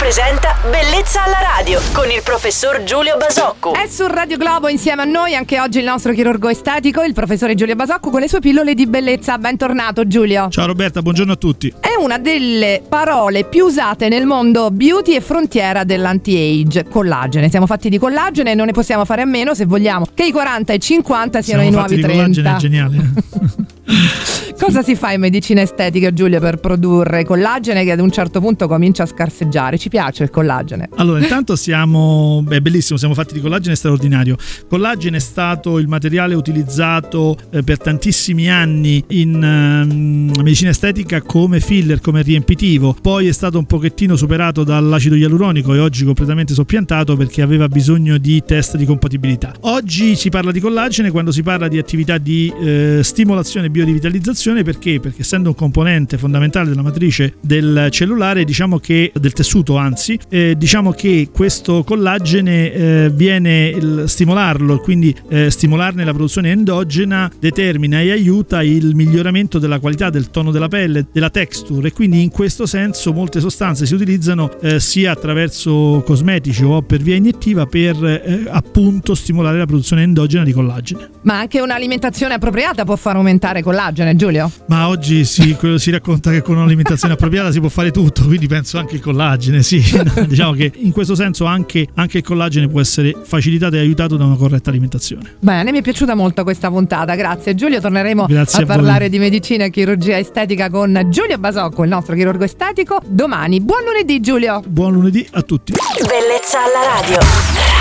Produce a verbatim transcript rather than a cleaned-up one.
presenta Bellezza alla radio con il professor Giulio Basocco. È su Radio Globo insieme a noi anche oggi il nostro chirurgo estetico, il professore Giulio Basocco, con le sue pillole di bellezza. Bentornato Giulio. Ciao Roberta, buongiorno a tutti. È una delle parole più usate nel mondo beauty e frontiera dell'anti-age, collagene. Siamo fatti di collagene e non ne possiamo fare a meno se vogliamo che i quaranta e i cinquanta siano Siamo i nuovi fatti di trenta. collagene, è geniale. Cosa si fa in medicina estetica, Giulio, per produrre collagene che ad un certo punto comincia a scarseggiare? Ci piace il collagene? Allora, intanto siamo, è bellissimo, siamo fatti di collagene straordinario. Collagene è stato il materiale utilizzato eh, per tantissimi anni in eh, medicina estetica come filler, come riempitivo. Poi è stato un pochettino superato dall'acido ialuronico e oggi completamente soppiantato perché aveva bisogno di test di compatibilità. Oggi si parla di collagene quando si parla di attività di eh, stimolazione e biorivitalizzazione. Perché? Perché essendo un componente fondamentale della matrice del cellulare, diciamo che del tessuto anzi, eh, diciamo che questo collagene eh, viene il, stimolarlo, quindi eh, stimolarne la produzione endogena determina e aiuta il miglioramento della qualità del tono della pelle, della texture, e quindi in questo senso molte sostanze si utilizzano eh, sia attraverso cosmetici o per via iniettiva per eh, appunto stimolare la produzione endogena di collagene. Ma anche un'alimentazione appropriata può far aumentare collagene, Giulio? Ma oggi si, si racconta che con un'alimentazione appropriata si può fare tutto, quindi penso anche il collagene, sì. Diciamo che in questo senso anche, anche il collagene può essere facilitato e aiutato da una corretta alimentazione. Bene, mi è piaciuta molto questa puntata, grazie Giulio. Torneremo Grazie a, a parlare voi. di medicina e chirurgia estetica con Giulio Basocco, il nostro chirurgo estetico, domani. Buon lunedì Giulio! Buon lunedì a tutti. Bellezza alla radio.